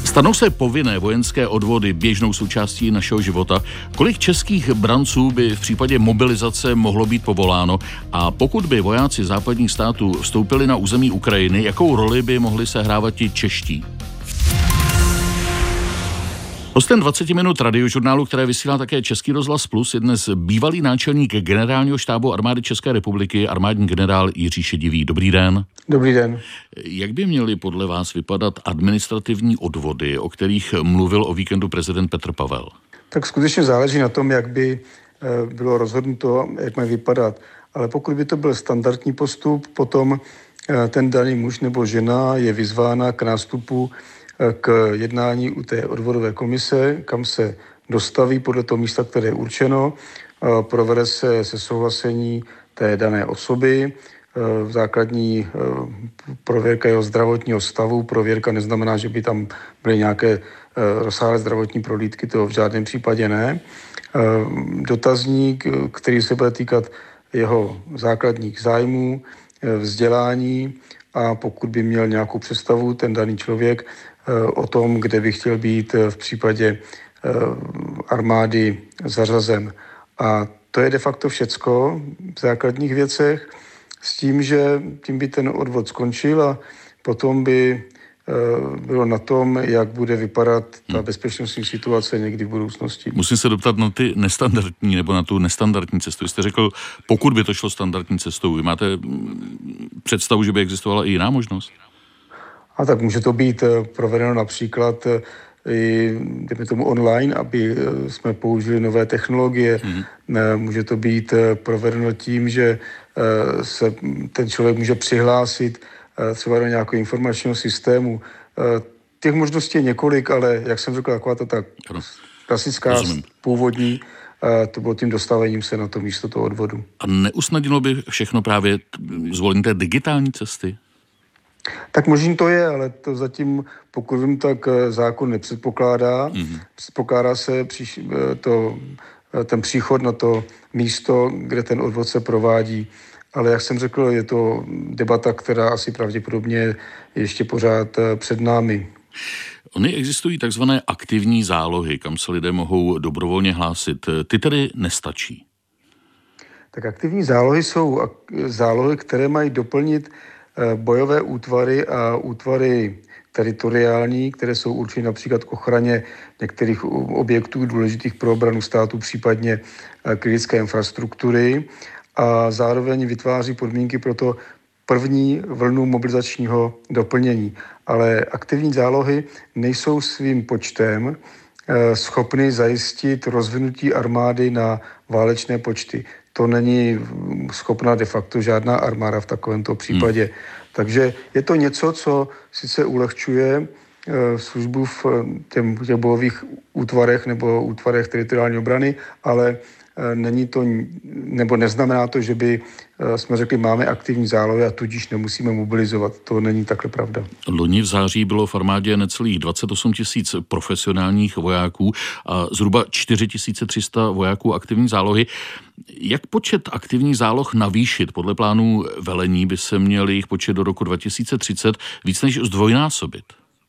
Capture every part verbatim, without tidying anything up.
Stanou se povinné vojenské odvody běžnou součástí našeho života. Kolik českých branců by v případě mobilizace mohlo být povoláno? A pokud by vojáci západních států vstoupili na území Ukrajiny, jakou roli by mohli sehrávat ti čeští? Hostem dvacet minut radiožurnálu, které vysílá také Český rozhlas Plus, je dnes bývalý náčelník generálního štábu armády České republiky, armádní generál Jiří Šedivý. Dobrý den. Dobrý den. Jak by měly podle vás vypadat administrativní odvody, o kterých mluvil o víkendu prezident Petr Pavel? Tak skutečně záleží na tom, jak by bylo rozhodnuto, jak mají vypadat. Ale pokud by to byl standardní postup, potom ten daný muž nebo žena je vyzvána k nástupu k jednání u té odvodové komise, kam se dostaví podle toho místa, které je určeno, provede se se souhlasení té dané osoby, základní prověrka jeho zdravotního stavu. Prověrka neznamená, že by tam byly nějaké rozsáhlé zdravotní prohlídky, to v žádném případě ne. Dotazník, který se bude týkat jeho základních zájmů, vzdělání a pokud by měl nějakou představu ten daný člověk o tom, kde by chtěl být v případě armády zařazen. A to je de facto všecko v základních věcech s tím, že tím by ten odvod skončil a potom by bylo na tom, jak bude vypadat ta bezpečnostní situace někdy v budoucnosti. Musím se doptat na ty nestandardní nebo na tu nestandardní cestu. Vy jste řekl, pokud by to šlo standardní cestou. Vy máte představu, že by existovala i jiná možnost? A tak může to být provedeno například i, dejme tomu, online, aby jsme použili nové technologie. Mm. Může to být provedeno tím, že se ten člověk může přihlásit třeba do nějakého informačního systému. Těch možností je několik, ale jak jsem řekl, taková ta ta klasická, Rozumím. původní, to bylo tím dostavením se na to místo toho odvodu. A neusnadnilo by všechno právě zvolení té digitální cesty? Tak možný to je, ale to zatím, pokud vím, tak zákon nepředpokládá. Mm-hmm. Předpokládá se příš, to, ten příchod na to místo, kde ten odvod se provádí. Ale jak jsem řekl, je to debata, která asi pravděpodobně ještě pořád před námi. Ony existují takzvané aktivní zálohy, kam se lidé mohou dobrovolně hlásit. Ty tedy nestačí? Tak aktivní zálohy jsou zálohy, které mají doplnit bojové útvary a útvary teritoriální, které jsou určeny například k ochraně některých objektů důležitých pro obranu státu, případně kritické infrastruktury a zároveň vytváří podmínky pro to první vlnu mobilizačního doplnění. Ale aktivní zálohy nejsou svým počtem schopny zajistit rozvinutí armády na válečné počty. To není schopná de facto žádná armáda v takovémto případě. Hmm. Takže je to něco, co sice ulehčuje službu v těch bojových útvarech nebo útvarech teritoriální obrany, ale není to, nebo neznamená to, že by jsme řekli, máme aktivní zálohy a tudíž nemusíme mobilizovat. To není takhle pravda. Loni v září bylo v armádě necelých dvacet osm tisíc profesionálních vojáků a zhruba čtyři tisíce tři sta vojáků aktivní zálohy. Jak počet aktivních záloh navýšit? Podle plánů velení by se měl jejich počet do roku dva tisíce třicet víc než zdvojnásobit.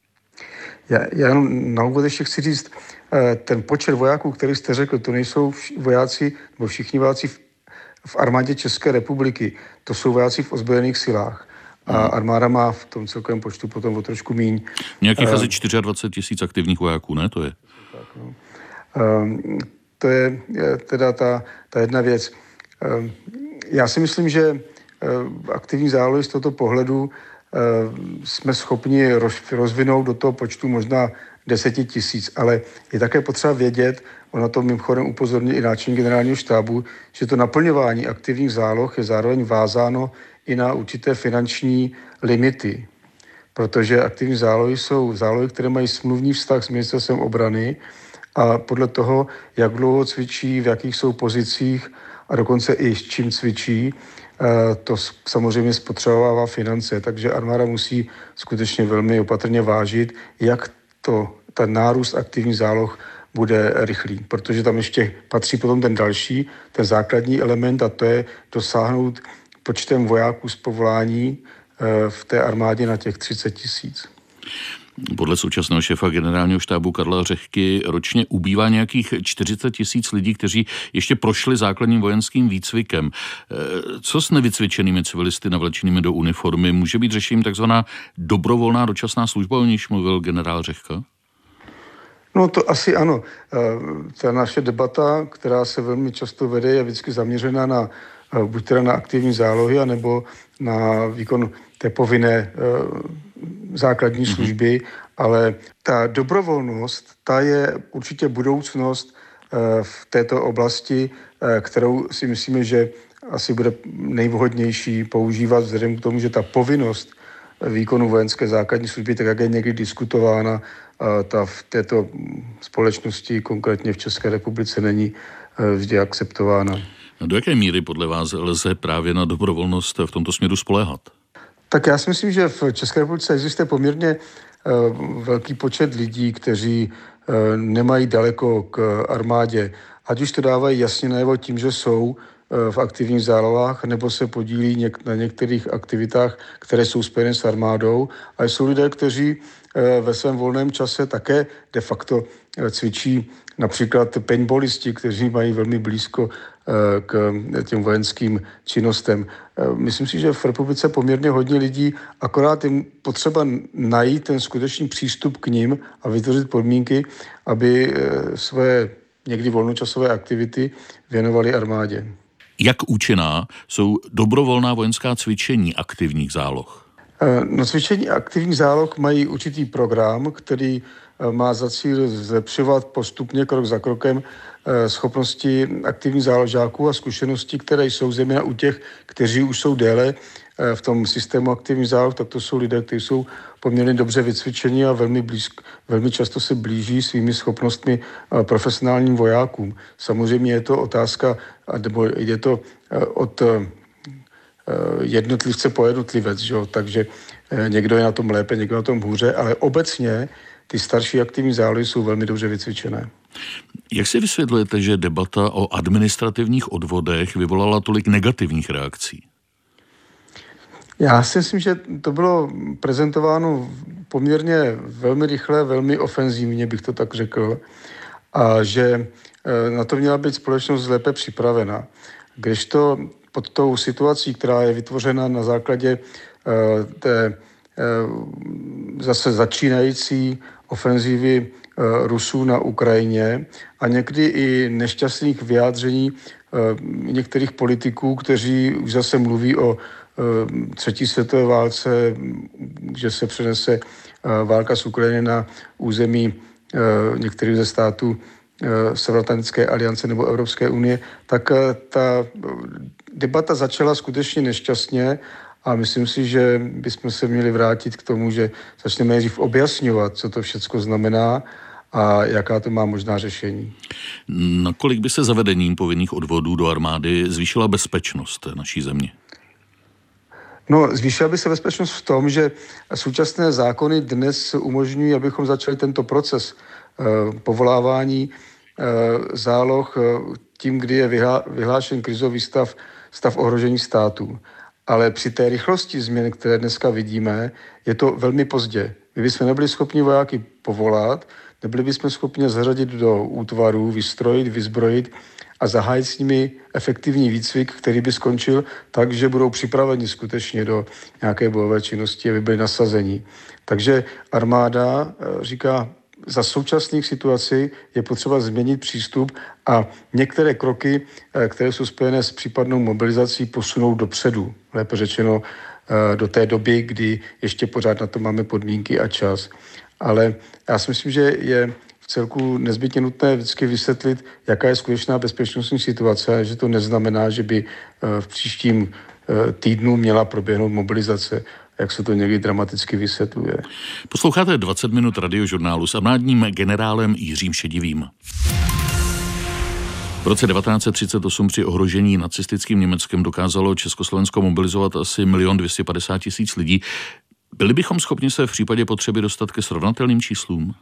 Já, já jenom na úvod ještě chci říct, ten počet vojáků, který jste řekl, to nejsou vojáci, nebo všichni vojáci v, v armádě České republiky. To jsou vojáci v ozbrojených silách. A armáda má v tom celkovém počtu potom o trošku míň. Nějakých asi dvacet čtyři tisíc aktivních vojáků, ne? To je. Tak, no. um, to je, je teda ta, ta jedna věc. Um, já si myslím, že uh, aktivní zálohy z tohoto pohledu uh, jsme schopni roz, rozvinout do toho počtu možná deseti tisíc, ale je také potřeba vědět, on na to mimochodem upozornil i náčelník generálního štábu, že to naplňování aktivních záloh je zároveň vázáno i na určité finanční limity, protože aktivní zálohy jsou zálohy, které mají smluvní vztah s ministerstvem obrany a podle toho, jak dlouho cvičí, v jakých jsou pozicích a dokonce i s čím cvičí, to samozřejmě spotřebovává finance, takže armáda musí skutečně velmi opatrně vážit, jak to, ten nárůst aktivních záloh bude rychlý, protože tam ještě patří potom ten další, ten základní element a to je dosáhnout počtem vojáků z povolání v té armádě na těch třicet tisíc. Podle současného šéfa generálního štábu Karla Řehky ročně ubývá nějakých čtyřicet tisíc lidí, kteří ještě prošli základním vojenským výcvikem. Co s nevycvičenými civilisty navlečenými do uniformy? Může být řešením takzvaná dobrovolná dočasná služba, o níž mluvil generál Řehka? No to asi ano. Ta naše debata, která se velmi často vede, je vždycky zaměřena na buď teda na aktivní zálohy, anebo na výkon té povinné základní služby, ale ta dobrovolnost, ta je určitě budoucnost v této oblasti, kterou si myslíme, že asi bude nejvhodnější používat vzhledem k tomu, že ta povinnost výkonu vojenské základní služby, tak jak je někdy diskutována, ta v této společnosti, konkrétně v České republice, není vždy akceptována. Do jaké míry podle vás lze právě na dobrovolnost v tomto směru spoléhat? Tak já si myslím, že v České republice existuje poměrně uh, velký počet lidí, kteří uh, nemají daleko k armádě. Ať už to dávají jasně najevo tím, že jsou uh, v aktivních zálohách, nebo se podílí něk- na některých aktivitách, které jsou spojené s armádou. A jsou lidé, kteří uh, ve svém volném čase také de facto uh, cvičí, například paintballisti, kteří mají velmi blízko k těm vojenským činnostem. Myslím si, že v republice poměrně hodně lidí, akorát jim potřeba najít ten skutečný přístup k nim a vytvořit podmínky, aby své někdy volnočasové aktivity věnovali armádě. Jak účinná jsou dobrovolná vojenská cvičení aktivních záloh? No, cvičení aktivních záloh mají určitý program, který má za cíl zlepšovat postupně krok za krokem schopnosti aktivních záložáků a zkušenosti, které jsou zejména u těch, kteří už jsou déle v tom systému aktivních záloh, tak to jsou lidé, kteří jsou poměrně dobře vycvičeni a velmi, blízk, velmi často se blíží svými schopnostmi profesionálním vojákům. Samozřejmě je to otázka, nebo je to od jednotlivce po jednotlivec, že? Takže někdo je na tom lépe, někdo na tom hůře, ale obecně ty starší aktivní zálohy jsou velmi dobře vycvičené. Jak si vysvětlujete, že debata o administrativních odvodech vyvolala tolik negativních reakcí? Já si myslím, že to bylo prezentováno poměrně velmi rychle, velmi ofenzivně, bych to tak řekl, a že na to měla být společnost lépe připravena. Kdežto pod tou situací, která je vytvořena na základě té zase začínající ofenzívy Rusů na Ukrajině a někdy i nešťastných vyjádření některých politiků, kteří už zase mluví o třetí světové válce, že se přenese válka z Ukrajiny na území některých ze států Severoatlantické aliance nebo Evropské unie, tak ta debata začala skutečně nešťastně a myslím si, že bychom se měli vrátit k tomu, že začneme nejdřív objasňovat, co to všecko znamená a jaká to má možná řešení. Nakolik by se zavedením povinných odvodů do armády zvýšila bezpečnost naší země? No, zvýšila by se bezpečnost v tom, že současné zákony dnes umožňují, abychom začali tento proces eh, povolávání eh, záloh eh, tím, kdy je vyhlá, vyhlášen krizový stav, stav ohrožení státu. Ale při té rychlosti změn, které dneska vidíme, je to velmi pozdě. My bychom nebyli schopni vojáky povolat, nebyli bychom schopni zařadit do útvarů, vystrojit, vyzbrojit a zahájit s nimi efektivní výcvik, který by skončil tak, že budou připraveni skutečně do nějaké bojové činnosti, aby byli nasazeni. Takže armáda říká, za současných situací je potřeba změnit přístup a některé kroky, které jsou spojené s případnou mobilizací, posunout dopředu. Lépe řečeno do té doby, kdy ještě pořád na to máme podmínky a čas. Ale já si myslím, že je v celku nezbytně nutné vždycky vysvětlit, jaká je skutečná bezpečnostní situace, že to neznamená, že by v příštím týdnu měla proběhnout mobilizace, jak se to někdy dramaticky vysvětluje. Posloucháte dvacet minut radiožurnálu s armádním generálem Jiřím Šedivým. V roce devatenáct set třicet osm při ohrožení nacistickým Německem dokázalo Československo mobilizovat asi milion dvě stě padesát tisíc lidí. Byli bychom schopni se v případě potřeby dostat ke srovnatelným číslům?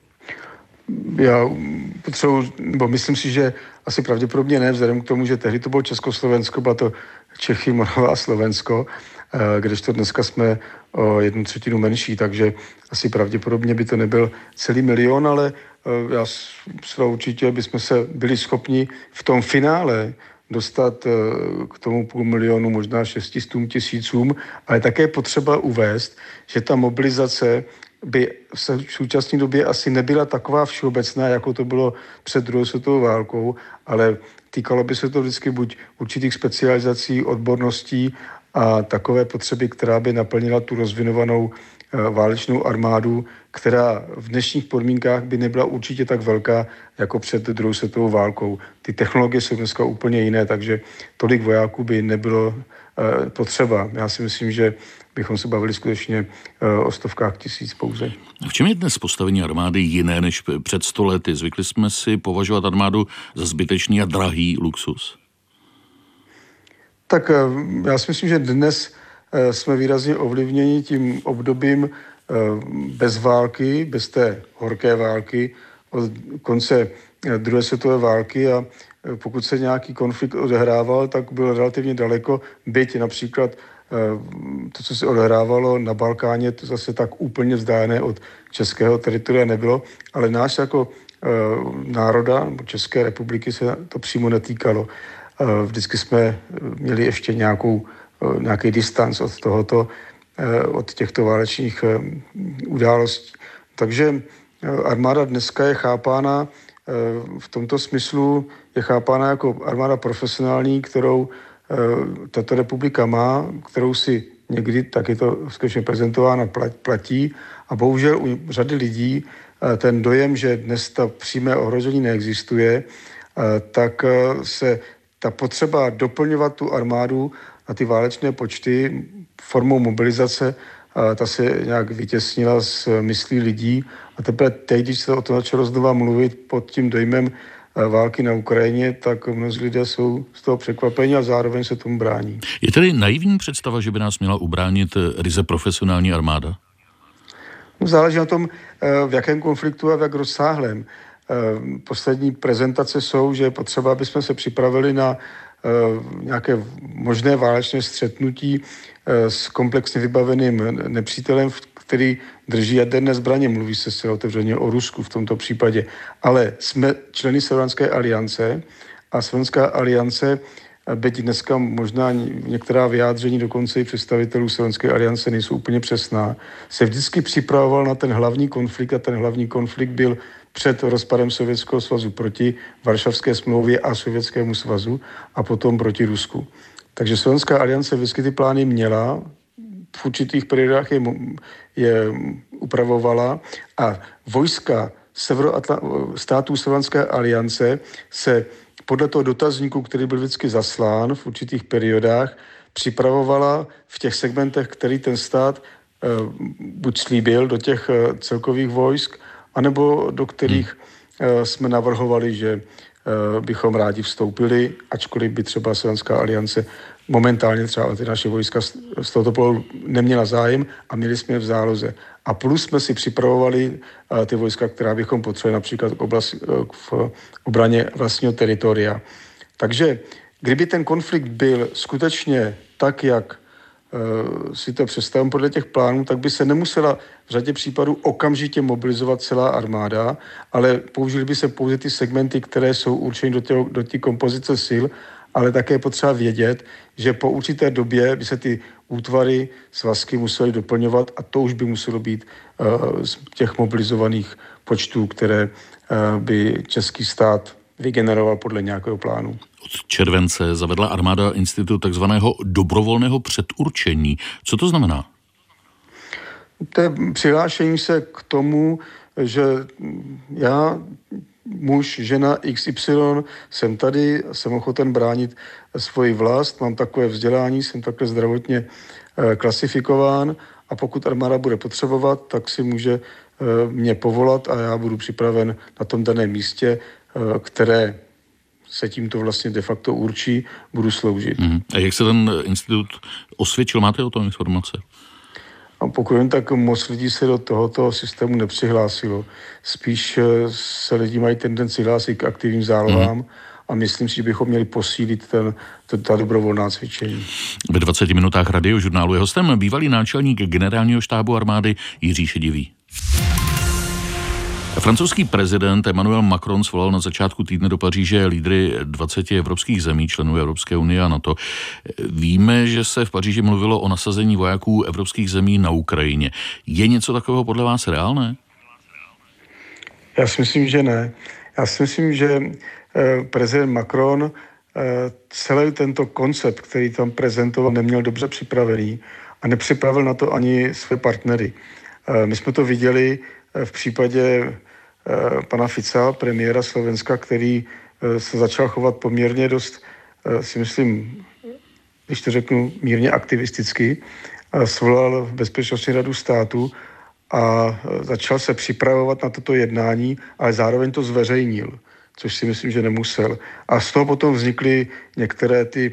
Já potřebuji, bo myslím si, že asi pravděpodobně ne, vzhledem k tomu, že tehdy to bylo Československo, bylo to Čechy, Morava a Slovensko. kdežto dneska jsme o jednu třetinu menší, takže asi pravděpodobně by to nebyl celý milion, ale já se určitě bychom se byli schopni v tom finále dostat k tomu půl milionu, možná šestistům tisícům, ale také potřeba uvést, že ta mobilizace by v současné době asi nebyla taková všeobecná, jako to bylo před druhou světovou válkou, ale týkalo by se to vždycky buď určitých specializací, odborností a takové potřeby, která by naplnila tu rozvinovanou válečnou armádu, která v dnešních podmínkách by nebyla určitě tak velká, jako před druhou světovou válkou. Ty technologie jsou dneska úplně jiné, takže tolik vojáků by nebylo e, potřeba. Já si myslím, že bychom se bavili skutečně e, o stovkách tisíc pouze. V čem je dnes postavení armády jiné než před sto lety? Zvykli jsme si považovat armádu za zbytečný a drahý luxus? Tak e, já si myslím, že dnes e, jsme výrazně ovlivněni tím obdobím e, bez války, bez té horké války, od konce druhé světové války a pokud se nějaký konflikt odehrával, tak byl relativně daleko, byť například to, co se odehrávalo na Balkáně, to zase tak úplně vzdálené od českého teritoria nebylo, ale náš jako národa, nebo České republiky se to přímo netýkalo. Vždycky jsme měli ještě nějakou, nějaký distanc od tohoto, od těchto válečných událostí. Takže armáda dneska je chápána v tomto smyslu, je chápána jako armáda profesionální, kterou tato republika má, kterou si někdy, tak je to skutečně prezentována, platí a bohužel u řady lidí ten dojem, že dnes ta přímé ohrožení neexistuje, tak se ta potřeba doplňovat tu armádu a ty válečné počty formou mobilizace, ta se nějak vytěsnila z myslí lidí a teprve teď, když se o tom začalo znova mluvit pod tím dojmem války na Ukrajině, tak mnozí lidé jsou z toho překvapení a zároveň se tomu brání. Je tedy naivní představa, že by nás měla ubránit ryze profesionální armáda? No, záleží na tom, v jakém konfliktu a v jak rozsáhlém. Poslední prezentace jsou, že je potřeba, aby jsme se připravili na nějaké možné válečné střetnutí s komplexně vybaveným nepřítelem, který drží jaderné zbraně. Mluví se se otevřeně o Rusku v tomto případě. Ale jsme členy Severoatlantické aliance a Severoatlantická aliance, byť dneska možná některá vyjádření dokonce i představitelů Severoatlantické aliance nejsou úplně přesná, se vždycky připravoval na ten hlavní konflikt a ten hlavní konflikt byl před rozpadem Sovětského svazu proti Varšavské smlouvě a Sovětskému svazu a potom proti Rusku. Takže Severoatlantická aliance vždycky ty plány měla, v určitých periodách je, je upravovala a vojska Severoatl- států Severoatlantické aliance se podle toho dotazníku, který byl vždycky zaslán v určitých periodách, připravovala v těch segmentech, který ten stát eh, buď slíbil do těch eh, celkových vojsk, anebo do kterých eh, jsme navrhovali, že eh, bychom rádi vstoupili, ačkoliv by třeba Severoatlantická aliance momentálně třeba ty naše vojska z tohoto pohledu neměla zájem a měli jsme je v záloze. A plus jsme si připravovali uh, ty vojska, která bychom potřebovali například k, oblast, uh, v obraně vlastního teritoria. Takže kdyby ten konflikt byl skutečně tak, jak uh, si to představím podle těch plánů, tak by se nemusela v řadě případů okamžitě mobilizovat celá armáda, ale použili by se pouze ty segmenty, které jsou určeny do té do té kompozice sil, ale také je potřeba vědět, že po určité době by se ty útvary, svazky musely doplňovat a to už by muselo být uh, z těch mobilizovaných počtů, které uh, by český stát vygeneroval podle nějakého plánu. Od července zavedla armáda institut takzvaného dobrovolného předurčení. Co to znamená? To je přihlášení se k tomu, že já, muž, žena iks ypsilon, jsem tady, jsem ochoten bránit svoji vlast, mám takové vzdělání, jsem takhle zdravotně e, klasifikován a pokud armáda bude potřebovat, tak si může e, mě povolat a já budu připraven na tom daném místě, e, které se tímto vlastně de facto určí, budu sloužit. Mm. A jak se ten institut osvědčil? Máte o tom informace? A pokud jen tak moc lidí se do tohoto systému nepřihlásilo. Spíš se lidi mají tendenci hlásit k aktivním zálohám mm. a myslím si, že bychom měli posílit ten, ta dobrovolná cvičení. Ve dvaceti minutách Radiožurnálu je hostem bývalý náčelník generálního štábu armády Jiří Šedivý. Francouzský prezident Emmanuel Macron svolal na začátku týdne do Paříže lídry dvaceti evropských zemí, členů Evropské unie a NATO. Víme, že se v Paříži mluvilo o nasazení vojáků evropských zemí na Ukrajině. Je něco takového podle vás reálné? Já si myslím, že ne. Já si myslím, že prezident Macron celý tento koncept, který tam prezentoval, neměl dobře připravený a nepřipravil na to ani své partnery. My jsme to viděli v případě pana Fica, premiéra Slovenska, který se začal chovat poměrně dost, si myslím, když to řeknu mírně aktivisticky, svolal Bezpečnostní radu státu a začal se připravovat na toto jednání, ale zároveň to zveřejnil, což si myslím, že nemusel. A z toho potom vznikly některé ty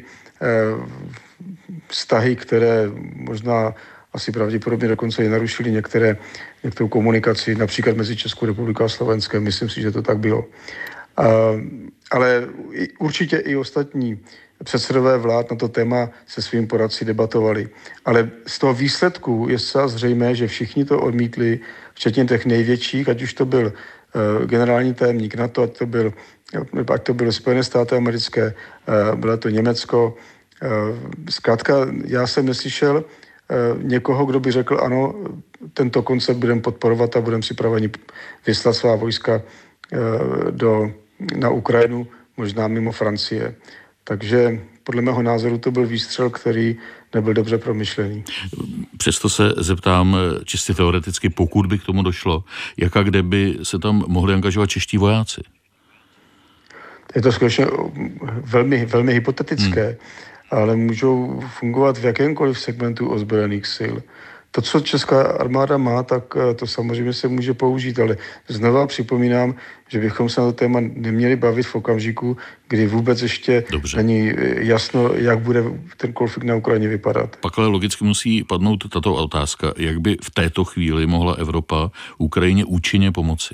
vztahy, které možná asi pravděpodobně dokonce i narušili některé, některou komunikaci, například mezi Českou republikou a Slovenskem. Myslím si, že to tak bylo. Uh, ale určitě i ostatní předsedové vlád na to téma se svým poradci debatovali. Ale z toho výsledku je zcela zřejmé, že všichni to odmítli, včetně těch největších, ať už to byl uh, generální tajemník NATO, ať to byl, ať to bylo Spojené státy americké, uh, bylo to Německo. Uh, zkrátka, já jsem neslyšel někoho, kdo by řekl, ano, tento koncept budeme podporovat a budeme připraveni vyslat svá vojska do, na Ukrajinu, možná mimo Francie. Takže podle mého názoru to byl výstřel, který nebyl dobře promyšlený. Přesto se zeptám čistě teoreticky, pokud by k tomu došlo, jak a kde by se tam mohli angažovat čeští vojáci? Je to skutečně velmi, velmi hypotetické. Hmm. Ale můžou fungovat v jakémkoliv segmentu ozbrojených sil. To, co česká armáda má, tak to samozřejmě se může použít, ale znova připomínám, že bychom se na to téma neměli bavit v okamžiku, kdy vůbec ještě Dobře. není jasno, jak bude ten konflikt na Ukrajině vypadat. Pak ale logicky musí padnout tato otázka, jak by v této chvíli mohla Evropa Ukrajině účinně pomoci?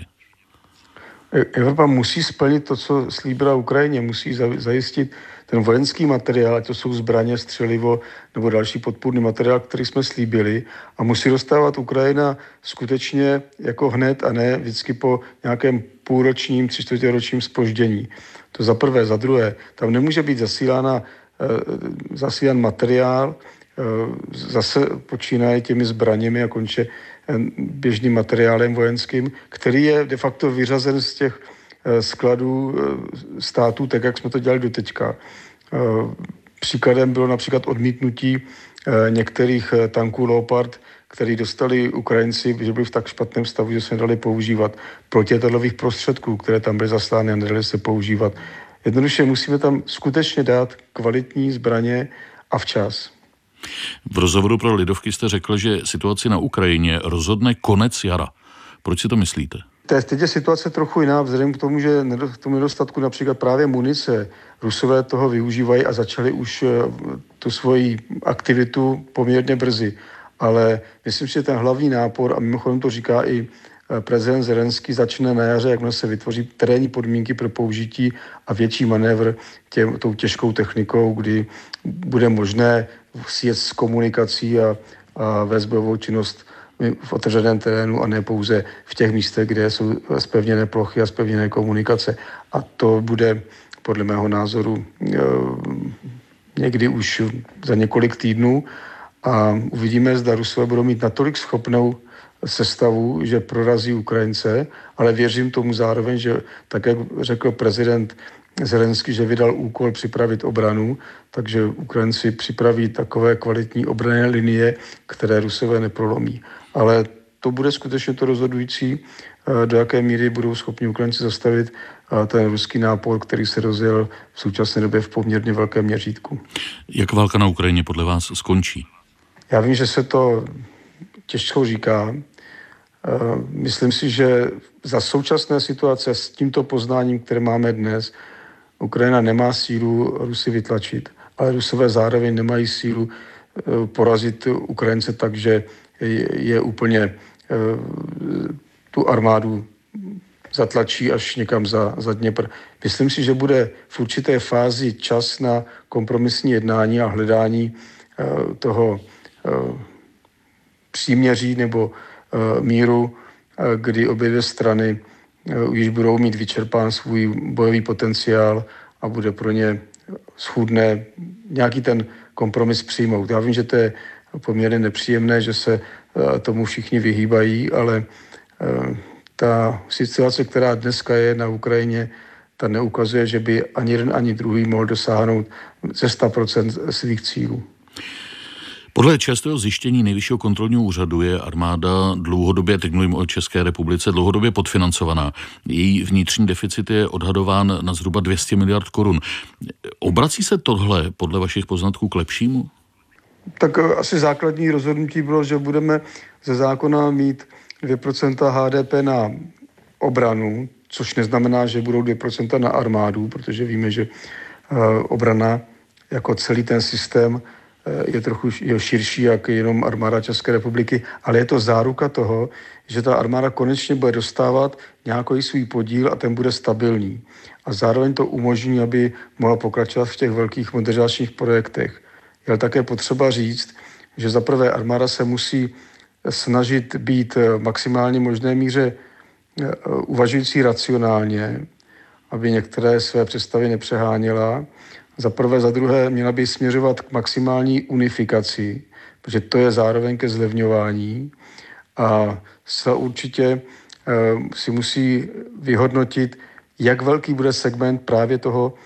Evropa musí splnit to, co slíbila Ukrajině, musí zajistit ten vojenský materiál, ať to jsou zbraně, střelivo nebo další podpůrný materiál, který jsme slíbili, a musí dostávat Ukrajina skutečně jako hned a ne vždycky po nějakém půlročním, třičtvrtěročním zpoždění. To za prvé. Za druhé, tam nemůže být zasílána, zasílán materiál, zase počínaje těmi zbraněmi a konče běžným materiálem vojenským, který je de facto vyřazen z těch skladů států, tak jak jsme to dělali doteďka. Příkladem bylo například odmítnutí některých tanků Leopard, který dostali Ukrajinci, že byli v tak špatném stavu, že se nedali používat, protiletadlových prostředků, které tam byly zaslány a nedali se používat. Jednoduše musíme tam skutečně dát kvalitní zbraně a včas. V rozhovoru pro Lidovky jste řekl, že situaci na Ukrajině rozhodne konec jara. Proč si to myslíte? Teď je situace trochu jiná, vzhledem k tomu, že k tomu nedostatku například právě munice. Rusové toho využívají a začali už tu svoji aktivitu poměrně brzy. Ale myslím si, že ten hlavní nápor, a mimochodem to říká i prezident Zelenský, začne na jaře, jakmile se vytvoří terénní podmínky pro použití a větší manévr těm, tou těžkou technikou, kdy bude možné sjet s komunikací a, a vést bojovou činnost v otevřeném terénu a ne pouze v těch místech, kde jsou zpevněné plochy a zpevněné komunikace. A to bude podle mého názoru někdy už za několik týdnů a uvidíme, zda Rusové budou mít natolik schopnou sestavu, že prorazí Ukrajince, ale věřím tomu zároveň, že tak, jak řekl prezident Zelenský, že vydal úkol připravit obranu, takže Ukrajinci připraví takové kvalitní obranné linie, které Rusové neprolomí. Ale to bude skutečně to rozhodující, do jaké míry budou schopni Ukrajinci zastavit ten ruský nápor, který se rozjel v současné době v poměrně velkém měřítku. Jak válka na Ukrajině podle vás skončí? Já vím, že se to těžko říká. Myslím si, že za současné situace s tímto poznáním, které máme dnes, Ukrajina nemá sílu Rusy vytlačit, ale Rusové zároveň nemají sílu porazit Ukrajince tak, že je úplně tu armádu zatlačí až někam za, za Dněpr. Myslím si, že bude v určité fázi čas na kompromisní jednání a hledání uh, toho uh, příměří nebo uh, míru, uh, kdy obě dvě strany uh, již budou mít vyčerpán svůj bojový potenciál a bude pro ně schůdné nějaký ten kompromis přijmout. Já vím, že to je poměrně nepříjemné, že se uh, tomu všichni vyhýbají, ale uh, ta situace, která dneska je na Ukrajině, ta neukazuje, že by ani jeden, ani druhý mohl dosáhnout ze sto procent svých cílů. Podle častého zjištění Nejvyššího kontrolního úřadu je armáda dlouhodobě, teď mluvím o České republice, dlouhodobě podfinancovaná. Její vnitřní deficit je odhadován na zhruba dvě stě miliard korun. Obrací se tohle podle vašich poznatků k lepšímu? Tak asi základní rozhodnutí bylo, že budeme ze zákona mít dvě procenta H D P na obranu, což neznamená, že budou dvě procenta na armádu, protože víme, že obrana jako celý ten systém je trochu širší, jak jenom armáda České republiky, ale je to záruka toho, že ta armáda konečně bude dostávat nějaký svůj podíl a ten bude stabilní. A zároveň to umožní, aby mohla pokračovat v těch velkých modernizačních projektech. Je také potřeba říct, že zaprvé armáda se musí snažit být v maximálně možné míře uvažující racionálně, aby některé své představy nepřeháněla. Za prvé, za druhé měla by směřovat k maximální unifikaci, protože to je zároveň ke zlevňování a se určitě si musí vyhodnotit, jak velký bude segment právě toho,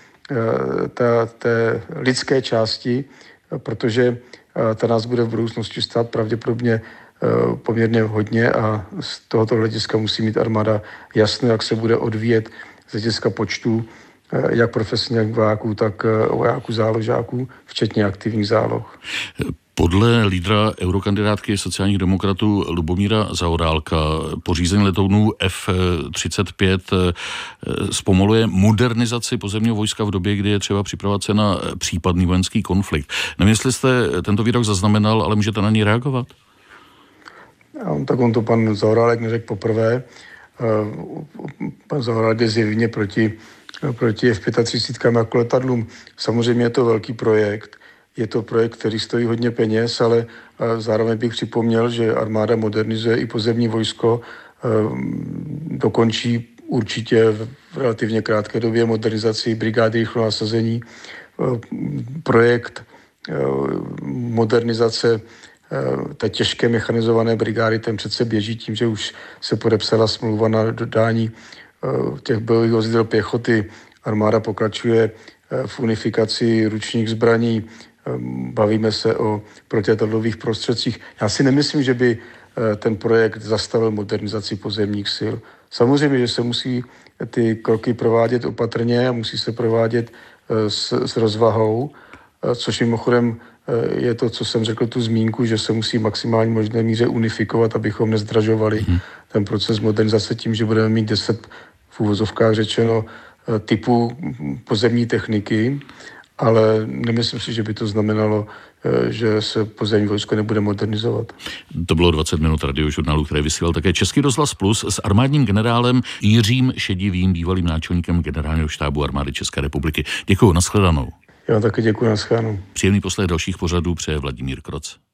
té, té lidské části, protože ta nás bude v budoucnosti stát pravděpodobně poměrně hodně a z tohoto hlediska musí mít armáda jasno, jak se bude odvíjet z hlediska počtu jak profesních vojáků, tak vojáků záložáků, včetně aktivních záloh. Podle lídra eurokandidátky sociálních demokratů Lubomíra Zaorálka pořízení letounů F třicet pět zpomaluje modernizaci pozemního vojska v době, kdy je třeba připravovat se na případný vojenský konflikt. Nevím, jestli jste tento výrok zaznamenal, ale můžete na něj reagovat? Tak on to pan Zaorálek neřekl poprvé. Pan Zaorálek je zjevně proti, proti F třicet pět jako letadlům. Samozřejmě je to velký projekt. Je to projekt, který stojí hodně peněz, ale zároveň bych připomněl, že armáda modernizuje i pozemní vojsko. Dokončí určitě v relativně krátké době modernizaci brigády rychlého nasazení. Projekt modernizace té těžké mechanizované brigády, ten přece běží tím, že už se podepsala smlouva na dodání těch bojových vozidel pěchoty. Armáda pokračuje v unifikaci ručních zbraní, bavíme se o protiletadlových prostředcích. Já si nemyslím, že by ten projekt zastavil modernizaci pozemních sil. Samozřejmě, že se musí ty kroky provádět opatrně a musí se provádět s, s rozvahou, což mimochodem je to, co jsem řekl, tu zmínku, že se musí maximálně možné míře unifikovat, abychom nezdražovali hmm. ten proces modernizace tím, že budeme mít deset v úvozovkách řečeno typů pozemní techniky, ale nemyslím si, že by to znamenalo, že se pozemní vojsko nebude modernizovat. To bylo dvacet minut radiožurnálu, které vysílal také Český rozhlas Plus s armádním generálem Jiřím Šedivým, bývalým náčelníkem generálního štábu armády České republiky. Děkuju, nashledanou. Já také děkuji, nashledanou. Příjemný poslech dalších pořadů přeje Vladimír Kroc.